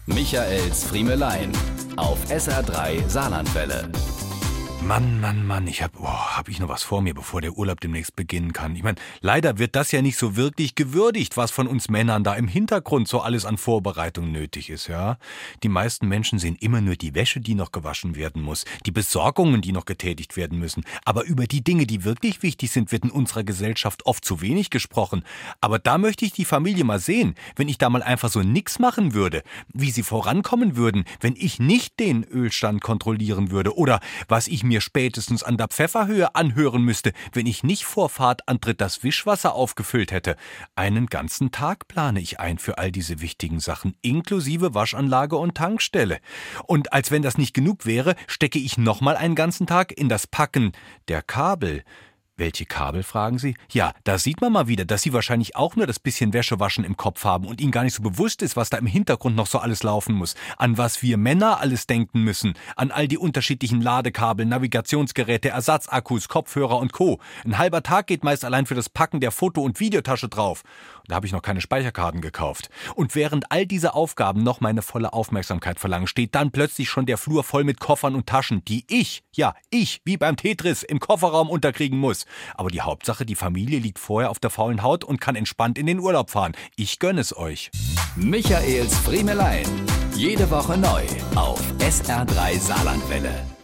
Michaels Friemelein auf SR3 Saarlandwelle. Mann, hab ich noch was vor mir, bevor der Urlaub demnächst beginnen kann. Ich meine, leider wird das ja nicht so wirklich gewürdigt, was von uns Männern da im Hintergrund so alles an Vorbereitung nötig ist, ja. Die meisten Menschen sehen immer nur die Wäsche, die noch gewaschen werden muss, die Besorgungen, die noch getätigt werden müssen. Aber über die Dinge, die wirklich wichtig sind, wird in unserer Gesellschaft oft zu wenig gesprochen. Aber da möchte ich die Familie mal sehen, wenn ich da mal einfach so nix machen würde, wie sie vorankommen würden, wenn ich nicht den Ölstand kontrollieren würde oder was ich mir spätestens an der Pfefferhöhe anhören müsste, wenn ich nicht vor Fahrtantritt das Wischwasser aufgefüllt hätte. Einen ganzen Tag plane ich ein für all diese wichtigen Sachen, inklusive Waschanlage und Tankstelle. Und als wenn das nicht genug wäre, stecke ich nochmal einen ganzen Tag in das Packen der Kabel. Welche Kabel, fragen Sie? Ja, da sieht man mal wieder, dass Sie wahrscheinlich auch nur das bisschen Wäschewaschen im Kopf haben und Ihnen gar nicht so bewusst ist, was da im Hintergrund noch so alles laufen muss. An was wir Männer alles denken müssen. An all die unterschiedlichen Ladekabel, Navigationsgeräte, Ersatzakkus, Kopfhörer und Co. Ein halber Tag geht meist allein für das Packen der Foto- und Videotasche drauf. Da habe ich noch keine Speicherkarten gekauft. Und während all diese Aufgaben noch meine volle Aufmerksamkeit verlangen, steht dann plötzlich schon der Flur voll mit Koffern und Taschen, die ich, wie beim Tetris, im Kofferraum unterkriegen muss. Aber die Hauptsache, die Familie liegt vorher auf der faulen Haut und kann entspannt in den Urlaub fahren. Ich gönne es euch. Michaels Friemelein. Jede Woche neu auf SR3 Saarlandwelle.